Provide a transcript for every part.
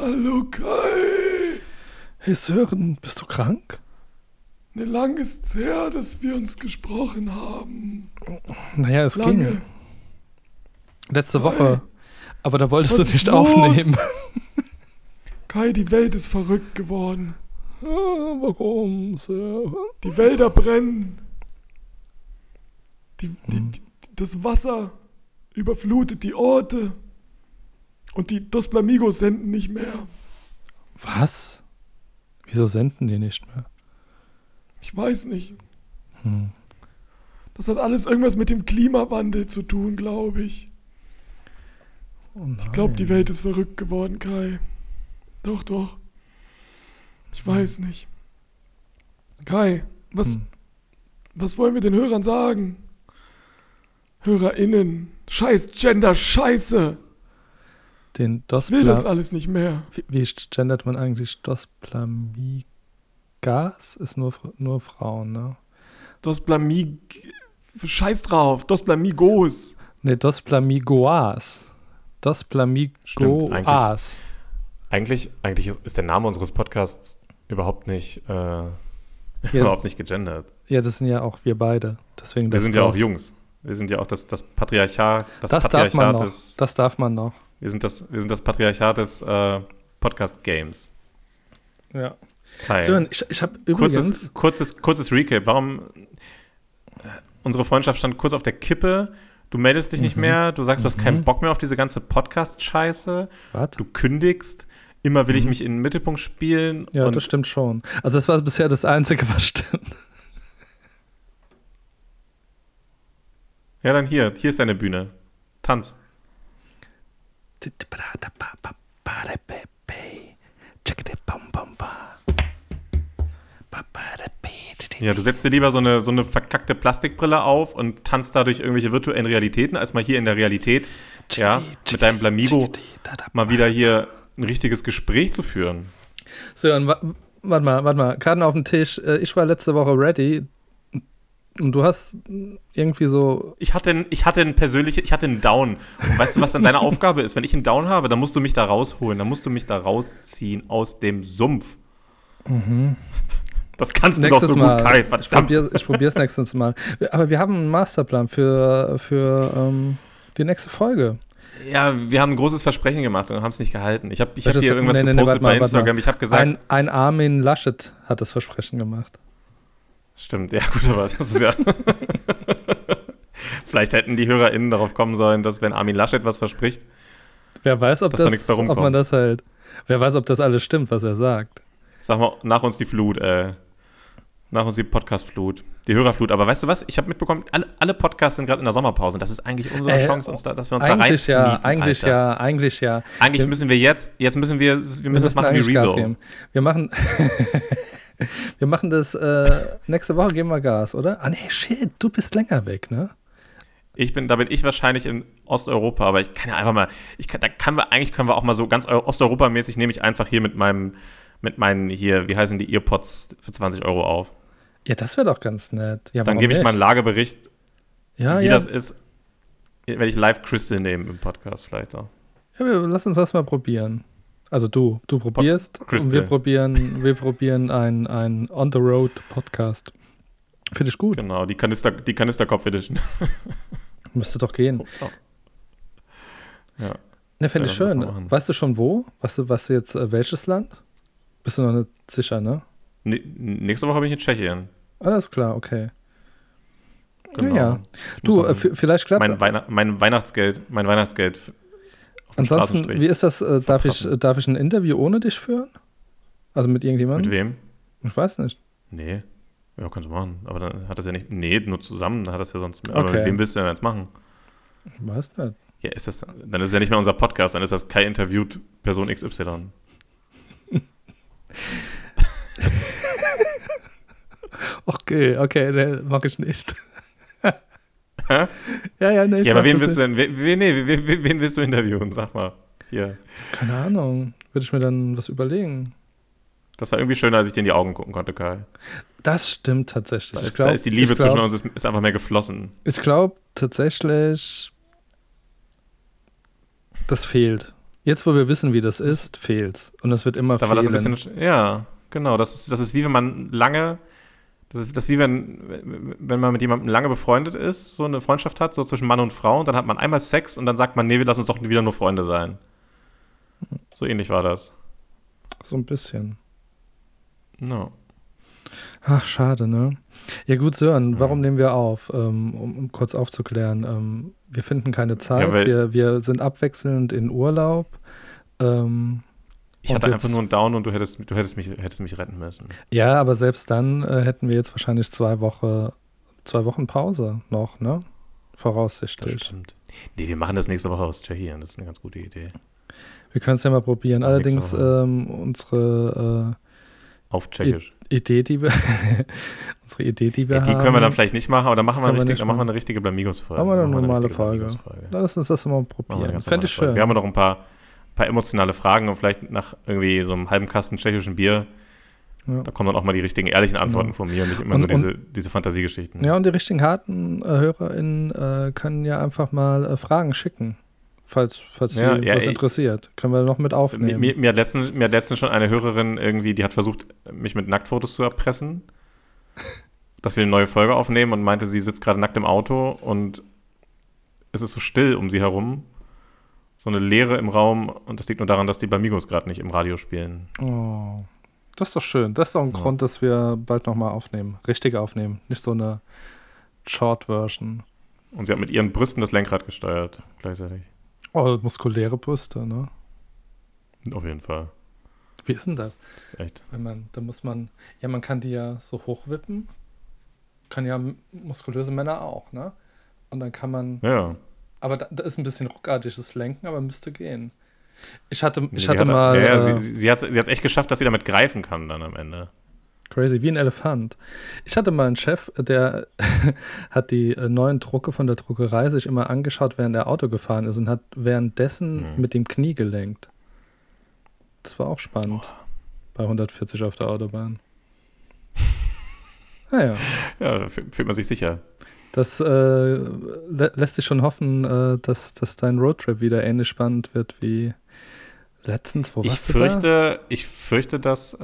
Hallo Kai. Hey Sören, bist du krank? Ne, lang ist's her, dass wir uns gesprochen haben. Naja, es Lange. ging. Letzte Woche. Aber da wolltest Was du ist nicht los? aufnehmen. Kai, die Welt ist verrückt geworden. Warum, Sören? Die Wälder brennen. Das Wasser überflutet die Orte. Und die Dos Flamingos senden nicht mehr. Was? Wieso senden die nicht mehr? Ich weiß nicht. Das hat alles irgendwas mit dem Klimawandel zu tun, glaube ich. Oh nein. Ich glaube, die Welt ist verrückt geworden, Kai. Doch. Ich weiß nicht. Kai, was wollen wir den Hörern sagen? HörerInnen. Scheiß Gender, Scheiße. Den Ich will das alles nicht mehr. Wie gendert man eigentlich Dosplamigos? Ist nur Frauen, ne? Scheiß drauf. Dos Flamingos. Ne, Dosplamigos. Dosplamigos. Eigentlich ist der Name unseres Podcasts überhaupt nicht gegendert. Ja, das sind ja auch wir beide. Deswegen Wir sind ja auch Jungs. Wir sind ja auch das Patriarchat. Das darf man noch. Wir sind das Patriarchat des Podcast-Games. Ja. Kai. So, ich habe übrigens... Kurzes Recap. Warum unsere Freundschaft stand kurz auf der Kippe. Du meldest dich nicht mehr. Du sagst, du hast keinen Bock mehr auf diese ganze Podcast-Scheiße. Was? Du kündigst. Immer will ich mich in den Mittelpunkt spielen. Ja, und das stimmt schon. Also das war bisher das Einzige, was stimmt. Ja, dann hier ist deine Bühne. Tanz. Ja, du setzt dir lieber so eine verkackte Plastikbrille auf und tanzt dadurch irgendwelche virtuellen Realitäten, als mal hier in der Realität, mit deinem Blamigo mal wieder hier ein richtiges Gespräch zu führen. So, und warte mal, Karten auf den Tisch. Ich war letzte Woche ready und du hast irgendwie so... Ich hatte einen Down. Und weißt du, was dann deine Aufgabe ist? Wenn ich einen Down habe, dann musst du mich da rausholen, dann musst du mich da rausziehen aus dem Sumpf. Das kannst du doch so gut, Kai, verdammt. Ich probier's nächstes Mal. Aber wir haben einen Masterplan für die nächste Folge. Ja, wir haben ein großes Versprechen gemacht und haben es nicht gehalten. Ich hab dir irgendwas gepostet bei Instagram. Ich habe gesagt... Ein Armin Laschet hat das Versprechen gemacht. Stimmt, ja gut, aber das ist ja... Vielleicht hätten die HörerInnen darauf kommen sollen, dass wenn Armin Laschet was verspricht, wer weiß, ob man das hält. Wer weiß, ob das alles stimmt, was er sagt. Sag mal, nach uns die Flut, nach uns die Podcast-Flut, die Hörerflut. Aber weißt du was? Ich habe mitbekommen, alle Podcasts sind gerade in der Sommerpause. Das ist eigentlich unsere Chance, dass wir uns da reinsneaken. Eigentlich ja. Eigentlich müssen wir wir müssen das machen wie Rezo. Wir machen das, nächste Woche geben wir Gas, oder? Ah nee, shit, du bist länger weg, ne? Da bin ich wahrscheinlich in Osteuropa, aber ich kann ja einfach mal, können wir auch mal so ganz Osteuropa-mäßig, nehme ich einfach hier mit meinen hier, wie heißen die, Earpods für 20 € auf. Ja, das wäre doch ganz nett. Ja, dann gebe ich mal einen Lagebericht, wie das ist, wenn ich live Crystal nehme im Podcast vielleicht auch. Ja, lass uns das mal probieren. Also du probierst und wir probieren ein On-the-Road-Podcast. Finde ich gut. Genau, die Kanister-Kopf-Edition. Müsste doch gehen. Oh. Ja. Ne, finde ich schön. Weißt du schon wo? Weißt du jetzt welches Land? Bist du noch nicht sicher, ne? Nächste Woche bin ich in Tschechien. Alles klar, okay. Genau. Ja. Du, vielleicht klappt es. Mein Weihnachtsgeld auf dem Ansonsten, wie ist das? Darf ich ein Interview ohne dich führen? Also mit irgendjemandem? Mit wem? Ich weiß nicht. Nee. Ja, kannst du machen. Aber dann hat das ja nicht. Nee, nur zusammen, dann hat das ja sonst. Aber Okay. mit wem willst du denn jetzt machen? Ich weiß nicht. Ja, dann ist es ja nicht mehr unser Podcast, dann ist das Kai interviewt Person XY. Okay, nee, mach ich nicht. Hä? Ja, nee. Ja, aber wen willst du interviewen? Sag mal. Hier. Keine Ahnung. Würde ich mir dann was überlegen. Das war irgendwie schöner, als ich dir in die Augen gucken konnte, Kai. Das stimmt tatsächlich. Da ist die Liebe zwischen uns ist einfach mehr geflossen. Ich glaube tatsächlich, das fehlt. Jetzt, wo wir wissen, wie das ist, fehlt's. Und es wird immer Da fehlen. war das ein bisschen, ja, genau. Das ist wie wenn man lange, das ist wie wenn man mit jemandem lange befreundet ist, so eine Freundschaft hat, so zwischen Mann und Frau, und dann hat man einmal Sex und dann sagt man, nee, wir lassen uns doch wieder nur Freunde sein. So ähnlich war das. So ein bisschen. No. Ach, schade, ne? Ja gut, Sören, warum nehmen wir auf? Um kurz aufzuklären. Wir finden keine Zeit, Ja, wir sind abwechselnd in Urlaub. Ich hatte einfach nur einen Down und du hättest mich retten müssen. Ja, aber selbst dann hätten wir jetzt wahrscheinlich 2 Wochen Pause noch, ne? Voraussichtlich. Das stimmt. Nee, wir machen das nächste Woche aus Tschechien. Das ist eine ganz gute Idee. Wir können es ja mal probieren. Allerdings unsere auf Tschechisch. Idee, die wir haben. Die können wir dann vielleicht nicht machen, aber dann machen wir eine richtige Blamigos-Folge. Machen wir eine normale Folge. Lass uns das mal probieren. Fände ich schön. Wir haben noch ein paar emotionale Fragen und vielleicht nach irgendwie so einem halben Kasten tschechischen Bier, da kommen dann auch mal die richtigen, ehrlichen Antworten von mir und nicht immer nur diese Fantasiegeschichten. Ja, und die richtigen harten HörerInnen können ja einfach mal Fragen schicken, falls sie was interessiert. Können wir noch mit aufnehmen. Mir hat letztens schon eine Hörerin irgendwie, die hat versucht, mich mit Nacktfotos zu erpressen, dass wir eine neue Folge aufnehmen, und meinte, sie sitzt gerade nackt im Auto und es ist so still um sie herum. So eine Leere im Raum, und das liegt nur daran, dass die Blamigos gerade nicht im Radio spielen. Oh, das ist doch schön. Das ist doch ein Grund, dass wir bald nochmal aufnehmen. Richtig aufnehmen. Nicht so eine Short-Version. Und sie hat mit ihren Brüsten das Lenkrad gesteuert, gleichzeitig. Oh, muskuläre Brüste, ne? Auf jeden Fall. Wie ist denn das? Echt? Man kann die ja so hochwippen. Kann ja muskulöse Männer auch, ne? Und dann kann man... Ja. Aber da ist ein bisschen ruckartiges Lenken, aber müsste gehen. Sie hat es echt geschafft, dass sie damit greifen kann dann am Ende. Crazy, wie ein Elefant. Ich hatte mal einen Chef, der hat die neuen Drucke von der Druckerei sich immer angeschaut, während er Auto gefahren ist, und hat währenddessen mit dem Knie gelenkt. Das war auch spannend. Bei 140 auf der Autobahn. Ja, fühlt man sich sicher. Das lässt sich schon hoffen, dass dein Roadtrip wieder ähnlich spannend wird wie letztens. Wo warst du da? Ich fürchte, dass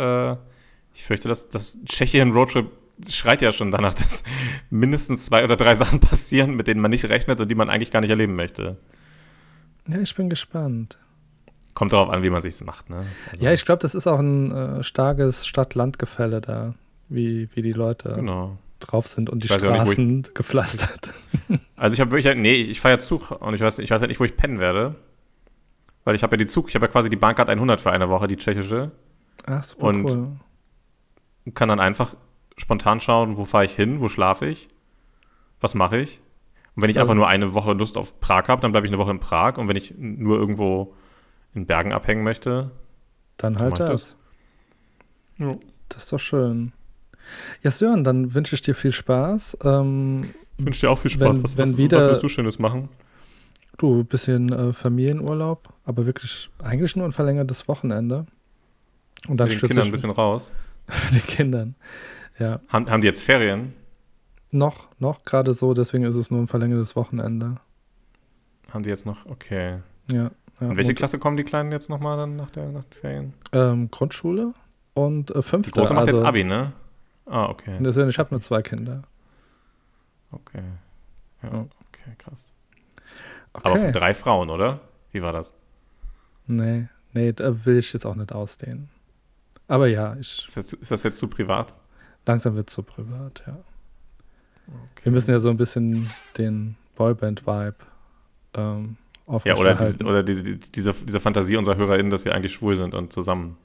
das Tschechien-Roadtrip schreit ja schon danach, dass mindestens 2 oder 3 Sachen passieren, mit denen man nicht rechnet und die man eigentlich gar nicht erleben möchte. Ja, ich bin gespannt. Kommt darauf an, wie man sich's macht, ne? Also, ja, ich glaube, das ist auch ein starkes Stadt-Land-Gefälle da, wie die Leute drauf sind und die Straßen gepflastert. Also ich habe wirklich, ich fahre ja Zug und ich weiß ja nicht, wo ich pennen werde, weil ich habe ja quasi die Bahncard 100 für eine Woche, die tschechische. Ach, super cool. Und kann dann einfach spontan schauen, wo fahre ich hin, wo schlafe ich, was mache ich. Und wenn ich einfach nur eine Woche Lust auf Prag habe, dann bleibe ich eine Woche in Prag, und wenn ich nur irgendwo in Bergen abhängen möchte, dann halt das. Ja. Das ist doch schön. Ja, Sören, dann wünsche ich dir viel Spaß. Ich wünsche dir auch viel Spaß. Was wirst du Schönes machen? Du, ein bisschen Familienurlaub, aber wirklich eigentlich nur ein verlängertes Wochenende. Und dann mit den Kindern ein bisschen raus. Mit den Kindern, ja. Haben die jetzt Ferien? Noch gerade so, deswegen ist es nur ein verlängertes Wochenende. Haben die jetzt noch? Okay. Ja. In welche Klasse kommen die Kleinen jetzt nochmal dann nach den Ferien? Grundschule und 5. Die Große macht jetzt Abi, ne? Ah, okay. Deswegen, ich habe nur 2 Kinder. Okay. Ja, okay, krass. Okay. Aber von 3 Frauen, oder? Wie war das? Nee, da will ich jetzt auch nicht ausdehnen. Aber ja, Ist das jetzt zu privat? Langsam wird es zu privat, ja. Okay. Wir müssen ja so ein bisschen den Boyband-Vibe aufrechterhalten. Ja, oder diese Fantasie unserer HörerInnen, dass wir eigentlich schwul sind und zusammen.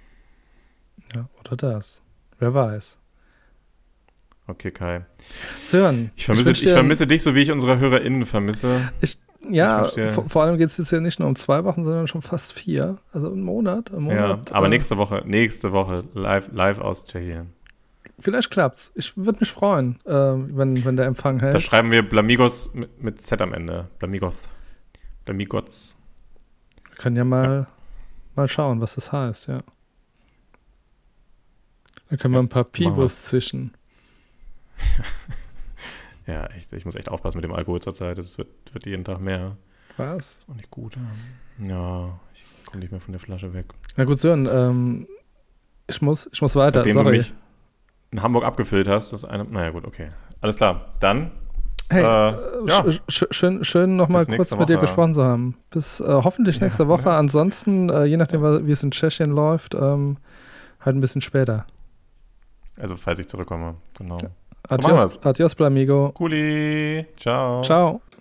Ja, oder das. Wer weiß. Okay, Kai. Sören, ich vermisse dich, so wie ich unsere HörerInnen vermisse. Vor allem geht es jetzt ja nicht nur um 2 Wochen, sondern schon fast 4. Also einen Monat. Ja, aber nächste Woche live aus Tschechien. Vielleicht klappt's. Ich würde mich freuen, wenn der Empfang hält. Da schreiben wir Blamigos mit Z am Ende. Blamigos. Wir können ja mal schauen, was das heißt, ja. Da können wir ein paar Pivos zischen. Ja, echt. Ich muss echt aufpassen mit dem Alkohol zur Zeit. Es wird jeden Tag mehr. Was? Ist auch nicht gut. Ja, ich komme nicht mehr von der Flasche weg. Na gut, Sören, ich muss weiter. Seitdem Sorry. du mich in Hamburg abgefüllt hast, das eine. Naja, gut, okay. Alles klar. Dann. Hey, ja. schön nochmal Bis kurz nächste mit dir Woche. gesprochen zu haben. Bis hoffentlich nächste Woche. Ansonsten, je nachdem, wie es in Tschechien läuft, halt ein bisschen später. Also, falls ich zurückkomme. Genau. Adios, Blamigo. Cooli. Ciao. Ciao.